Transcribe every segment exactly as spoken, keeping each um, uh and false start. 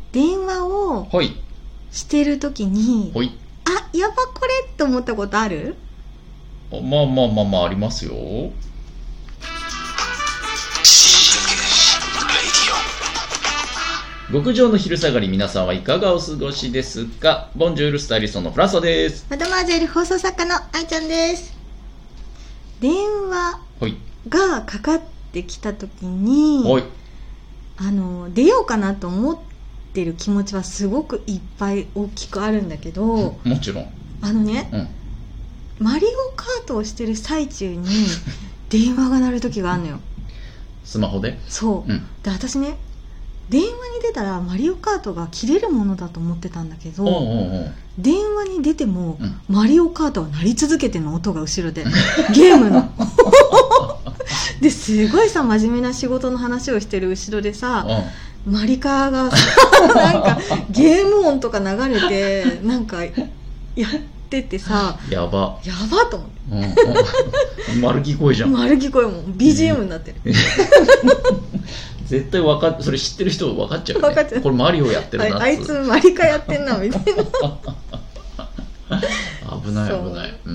電話をしてるときに、 はい、 あ、やばこれって思ったことある？ まあまあまあまあありますよ。極上の昼下がり、皆さんはいかがお過ごしですか？ボンジュール、スタイリストのフランソワです。 マドマーゼル放送作家の愛ちゃんです。電話がかかってきたときに、はい、あの出ようかなと思ってる気持ちはすごくいっぱい大きくあるんだけど、 もちろんあのね、うん、マリオカートをしてる最中に電話が鳴るときがあるのよ。 スマホで？ そう、うん、で私ね、電話に出たらマリオカートが切れるものだと思ってたんだけど、おうおうおう、電話に出ても、うん、マリオカートは鳴り続けての音が後ろでゲームのですごいさ、真面目な仕事の話をしてる後ろでさ、うん、マリカーがなんかゲーム音とか流れてなんかやっててさ、 やばやばと思って、 うんうん、丸聞こえじゃん。 丸聞こえも ビージーエム になってる、えー絶対わかっそれ知ってる人分かっちゃうよね。分かっちゃう。これマリオやってるなっつ。 あいつマリカやってんなみたいな危ない危ない。うん、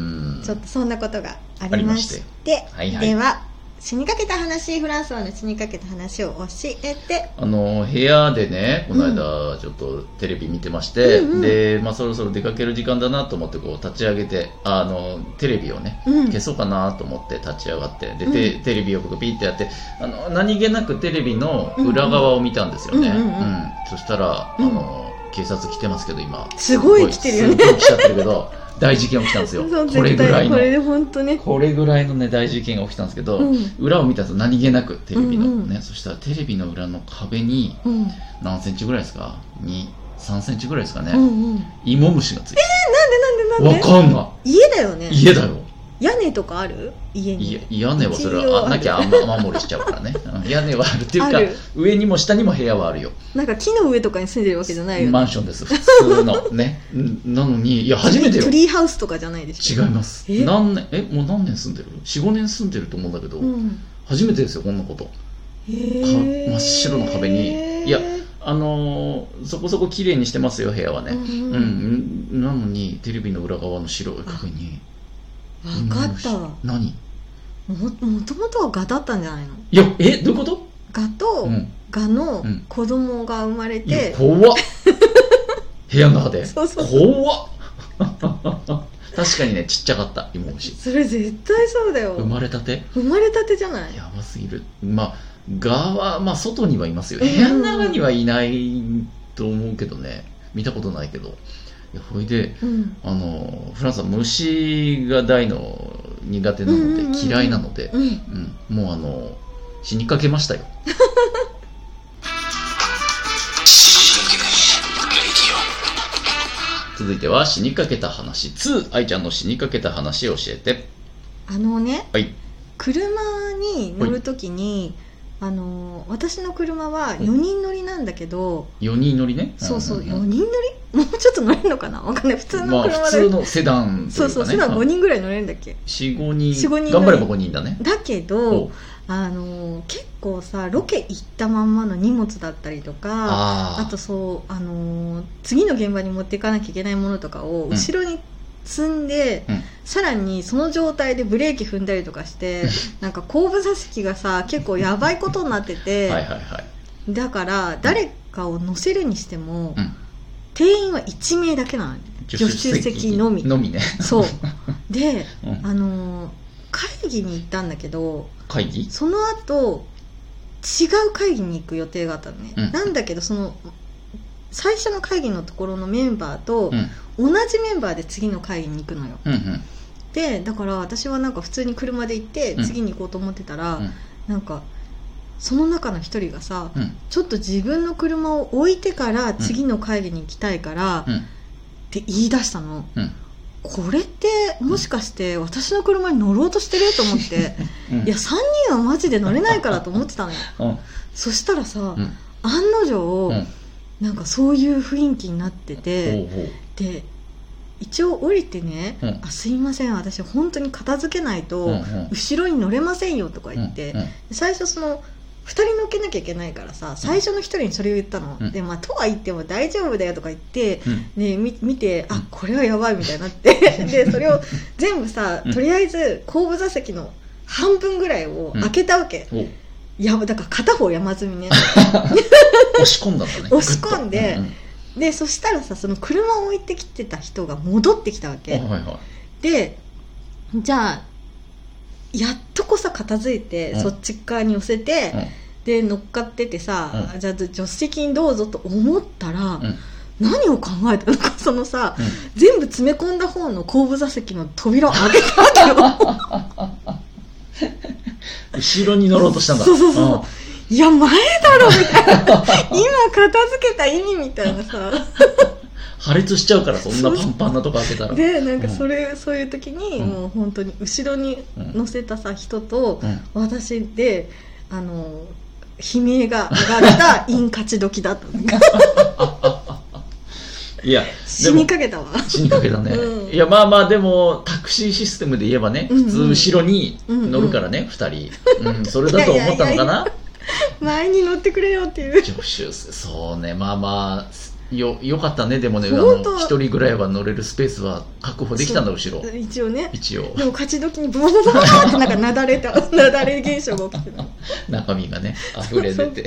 ちょっとそんなことがありまして、はいはい、では死にかけた話、フランスはの死にかけた話を教えて。 あの部屋でね、この間ちょっとテレビ見てまして、うん、で、まあ、そろそろ出かける時間だなと思ってこう立ち上げて、あのテレビをね、うん、消そうかなと思って立ち上がって、で、うん、テレビを僕ピッてやって、あの何気なくテレビの裏側を見たんですよね。そしたら、あの警察来てますけど、今すごい来てるよね。 すごい来ちゃってるけど大事件起きたんですよ。これぐらいのこれで本当、ね、 これぐらいのね大事件が起きたんですけど、うん、裏を見たと何気なくテレビの、うんうん、ね、そしたらテレビの裏の壁に、うん、何センチぐらいですか、に、さんセンチぐらいですかね、うんうん、芋虫がついてる。 えー、なんでなんでなんで？ わかんない。 家だよね。 家だよ。 屋根とかある？家に。 い屋根はそれはなきゃ雨漏りしちゃうからね屋根はあるっていうか、上にも下にも部屋はあるよ。 なんか木の上とかに住んでるわけじゃないよね。 マンションです、普通のねなのに、いや初めてよ。 トリーハウスとかじゃないでしょ。 違います。え何年えもう何年住んでる？ よん、ごねん住んでると思うんだけど、うん、初めてですよこんなこと。へー、真っ白な壁に、いやあのー、そこそこ綺麗にしてますよ部屋はね、うん、うん、なのにテレビの裏側の白い壁に。 分かったわ。 何？ も, もともとはガだったんじゃないの？ いや、え、どういうこと？ ガと、うん、ガの子供が生まれて、 うん、怖っ部屋の中でそうそう怖っ確かにね、ちっちゃかった芋虫。 それ絶対そうだよ。 生まれたて生まれたてじゃない？ やばすぎる。まあガは、まあ、外にはいますよ。部屋の中にはいないと思うけどね、見たことないけど。いや、ほいで、うん、あのフランスは虫が大の苦手なので、嫌いなので、うんうんうん、もうあの死にかけましたよ続いては死にかけた話に、愛ちゃんの死にかけた話を教えて。 あのね、 はい、車に乗るときに、あの私の車はよにん乗りなんだけど、 よにん乗りね。 そうそう、よにん乗りもうちょっと乗れるのかな、わかんない。普通の車で、まあ、 普通のセダンというか、ね、 そうそう、セダンごにんぐらい乗れるんだっけ。 よん、ごにん頑張ればごにんだね。 だけどあの結構さ、ロケ行ったまんまの荷物だったりとか、 あ, あとそうあの次の現場に持っていかなきゃいけないものとかを後ろに積んで、うん、さらにその状態でブレーキ踏んだりとかしてなんか後部座席がさ結構やばいことになっててはいはい、はい、だから誰かを乗せるにしても、うん、定員はいち名だけなの。助手席のみのみね。 そうで、うん、あの会議に行ったんだけど、 会議その後違う会議に行く予定があったのね、うん、なんだけどその最初の会議のところのメンバーと同じメンバーで次の会議に行くのよ、うんうん、でだから私はなんか普通に車で行って次に行こうと思ってたら、うん、なんかその中の一人がさ、うん、ちょっと自分の車を置いてから次の会議に行きたいから、うん、って言い出したの、うん、これってもしかして私の車に乗ろうとしてると思って、うん、いやさんにんはマジで乗れないからと思ってたのよ、うん、そしたらさ、うん、案の定、うん、なんかそういう雰囲気になってて、ほうほうで一応降りてね、うん、あすいません私本当に片付けないと後ろに乗れませんよとか言って、うんうん、最初そのふたり乗っけなきゃいけないからさ、最初のひとりにそれを言ったの、うん、でまあとは言っても大丈夫だよとか言って、うんね、み見て、あこれはやばいみたいになってでそれを全部さ、とりあえず後部座席の半分ぐらいを開けたわけ、うん、やだから片方山積みね押し込んだんだね押し込んで、うんうん、でそしたらさ、その車を置いてきてた人が戻ってきたわけ、はいはい、でじゃあやっとこさ片付いて、うん、そっち側に寄せて、うん、で乗っかっててさ、うん、じゃあ助手席にどうぞと思ったら、うん、何を考えたのか、そのさ、うん、全部詰め込んだ方の後部座席の扉を開けたわけよ後ろに乗ろうとしたんだ。 そうそうそう、うん、いや前だろみたいな今片付けた意味みたいなさ破裂しちゃうから、そんなパンパンなとこ開けたら。 でなんかそれ、うん、そういう時に、うん、もう本当に後ろに乗せたさ人と、うん、私であの悲鳴が上がったイン勝ち時だったいや死にかけたわ。 死にかけたね、うん、いやまあまあでもタクシーシステムで言えばね、普通後ろに乗るからね、うんうん、ふたり、うん、それだと思ったのかな。いやいやいや前に乗ってくれよっていう。 助手そうね、まあまあよ, よかったね。でもね、あのひとりぐらいは乗れるスペースは確保できたんだ、後ろ一応ね。 一応でも勝ち時にブワブワブワってなんかなだれたなだれ現象が起きてた中身がね溢れ出て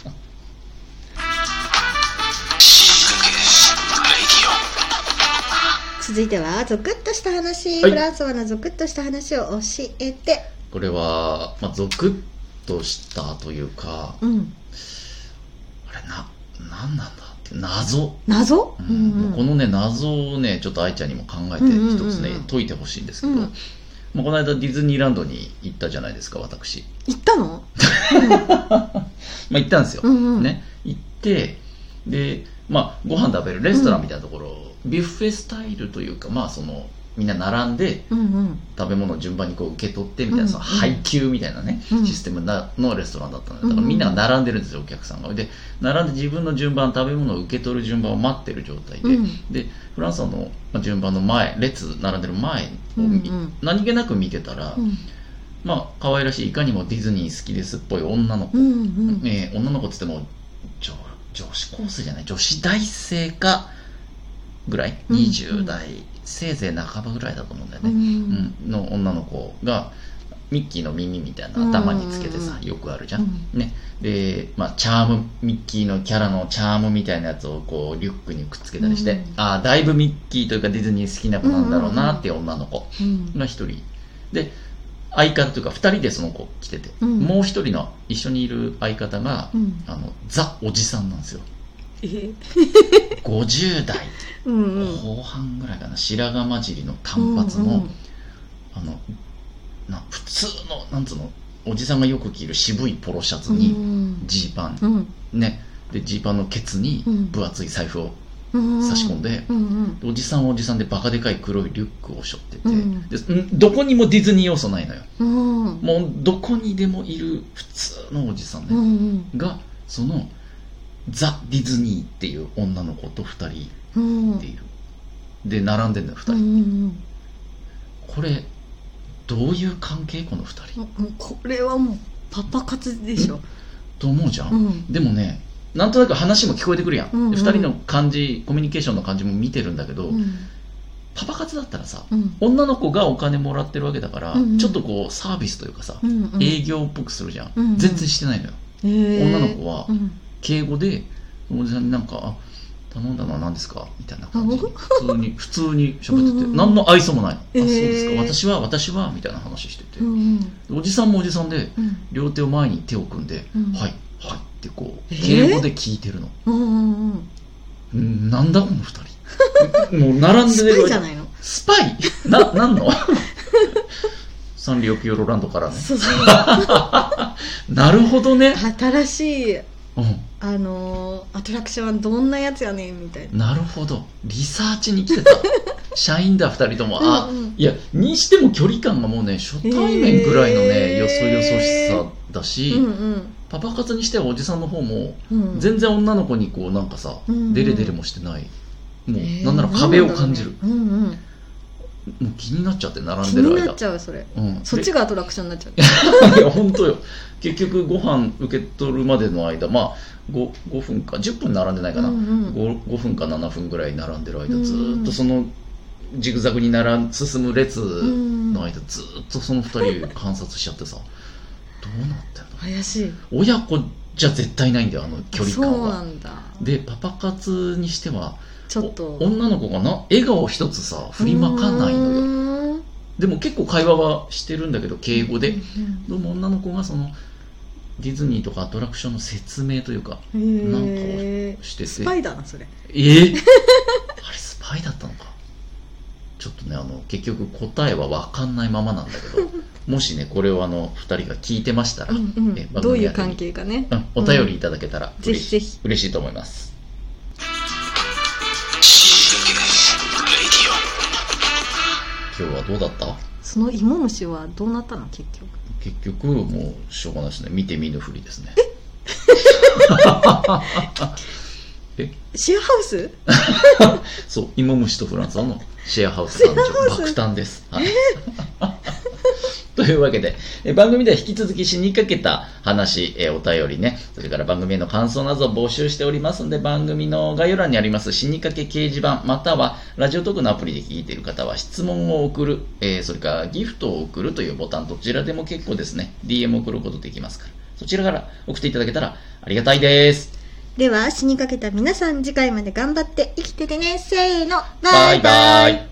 続いてはゾクッとした話、はい、フランソワのゾクッとした話を教えて。 これは、まあ、ゾクッとしたというか、うん、あれな何なんだって謎謎、 うんうんうん、このね謎をねちょっと愛ちゃんにも考えて一つね、うんうんうん、解いてほしいんですけど、うん、まあ、この間ディズニーランドに行ったじゃないですか、私。 行ったのまあ行ったんですよ、うんうん、ね、行ってで、まあ、ご飯食べるレストランみたいなところ、うん、ビュッフェスタイルというか、まあそのみんな並んで、うんうん、食べ物を順番にこう受け取ってみたいな、うんうん、その配給みたいなね、うん、システムなのレストランだったので、だからみんなが並んでるんですよ、お客さんが。で並んで自分の順番、食べ物を受け取る順番を待ってる状態で、うん、でフランスさんの順番の前、列並んでる前を、うんうん、何気なく見てたら、うん、まあ可愛らしい、いかにもディズニー好きですっぽい女の子、うんうん、えー、女の子っつっても 女, 女子高生じゃない、女子大生かぐらい、うんうん、にじゅう代せいぜい半ばぐらいだと思うんだよね、うんうん、の女の子がミッキーの耳みたいな頭につけてさ、よくあるじゃん、うん、ね、で、まあ、チャームミッキーのキャラのチャームみたいなやつをこうリュックにくっつけたりして、うん、ああだいぶミッキーというかディズニー好きな子なんだろうなっていう女の子が一人で、相方というかふたりでその子来てて、うん、もう一人の一緒にいる相方が、うん、あのザおじさんなんですよ。えごじゅう代後半ぐらいかな、白髪混じりの短髪の、うんうん、あのな普通のなんつうの、おじさんがよく着る渋いポロシャツにジーパン、うん、ね、でジーパンのケツに分厚い財布を差し込んで、うんうんうん、おじさんはおじさんでバカでかい黒いリュックを背負ってて、うん、でどこにもディズニー要素ないのよ、うん、もうどこにでもいる普通のおじさんね、うんうん、がそのザ・ディズニーっていう女の子とふたりでいる、うん、で並んでんだよふたり、うんうん、これどういう関係、このふたり。 これはもうパパ活でしょと思うじゃん、うん、でもね、なんとなく話も聞こえてくるやん、うんうん、ふたりの感じ、コミュニケーションの感じも見てるんだけど、うん、パパ活だったらさ、うん、女の子がお金もらってるわけだから、うんうん、ちょっとこうサービスというかさ、うんうん、営業っぽくするじゃん、うんうん、全然してないのよ、女の子は、うん敬語でおじさんになんかあ頼んだのは何ですかみたいな感じで普通に普通に喋ってて、何の愛想もないの、えー、あそうですか、私は私はみたいな話してて、うんうん、おじさんもおじさんで、うん、両手を前に手を組んで、うん、はいはいってこう敬語で聞いてるの、えーうんうん、なんだこの二人もう並んでるスパイじゃないの、 スパイな、なんのサンリオピューロランドからねそうそうなるほどね、 新しいうん、あのー、アトラクションはどんなやつやねんみたいな。なるほど、リサーチに来てた社員だふたりとも、あ、うんうん、いやにしても距離感がもうね初対面ぐらいのね、よそよそしさだし、うんうん、パパ活にしてはおじさんの方も、うん、全然女の子にこうなんかさ、うんうん、デレデレもしてない、もうなんなら壁を感じる、うんうん、 もう気になっちゃって並んでる間気になっちゃうそれ、うん、そっちがアトラクションになっちゃういや本当よ。結局ご飯受け取るまでの間、まあ 5, ごふんかじゅっぷん並んでないかな、うんうん、5, ごふんかななふんぐらい並んでる間、ずっとそのジグザグに並ん進む列の間、ずっとそのふたり観察しちゃってさ、どうなってんの。 怪しい。 親子じゃ絶対ないんだよ、あの距離感は。 そうなんだ。 でパパ活にしてはちょっと女の子がな笑顔一つさ振りまかないのよ。でも結構会話はしてるんだけど敬語で、どうも女の子がそのディズニーとかアトラクションの説明というかなんかをしてて、 スパイだなそれ。 えー、あれスパイだったのか。ちょっとねあの結局答えは分かんないままなんだけどもしねこれをあのふたりが聞いてましたら、うんうん、えどういう関係かね、 うん、お便りいただけたら、うん、 ぜひぜひ嬉しいと思います。今日はどうだった？ その芋虫はどうなったの結局。 結局もうしょうがないですね。見て見ぬふりですね。 えシェアハウスそう芋虫とフランスのシェアハウス誕生爆誕です、はい、というわけでえ番組では引き続き死にかけた話えお便りね、それから番組への感想などを募集しておりますので、番組の概要欄にあります死にかけ掲示板またはラジオトークのアプリで聞いている方は質問を送る、えー、それからギフトを送るというボタン、どちらでも結構ですね。 ディーエム 送ることできますから、そちらから送っていただけたらありがたいです。 では死にかけた皆さん、次回まで頑張って生きててね。せーの、バイバイ。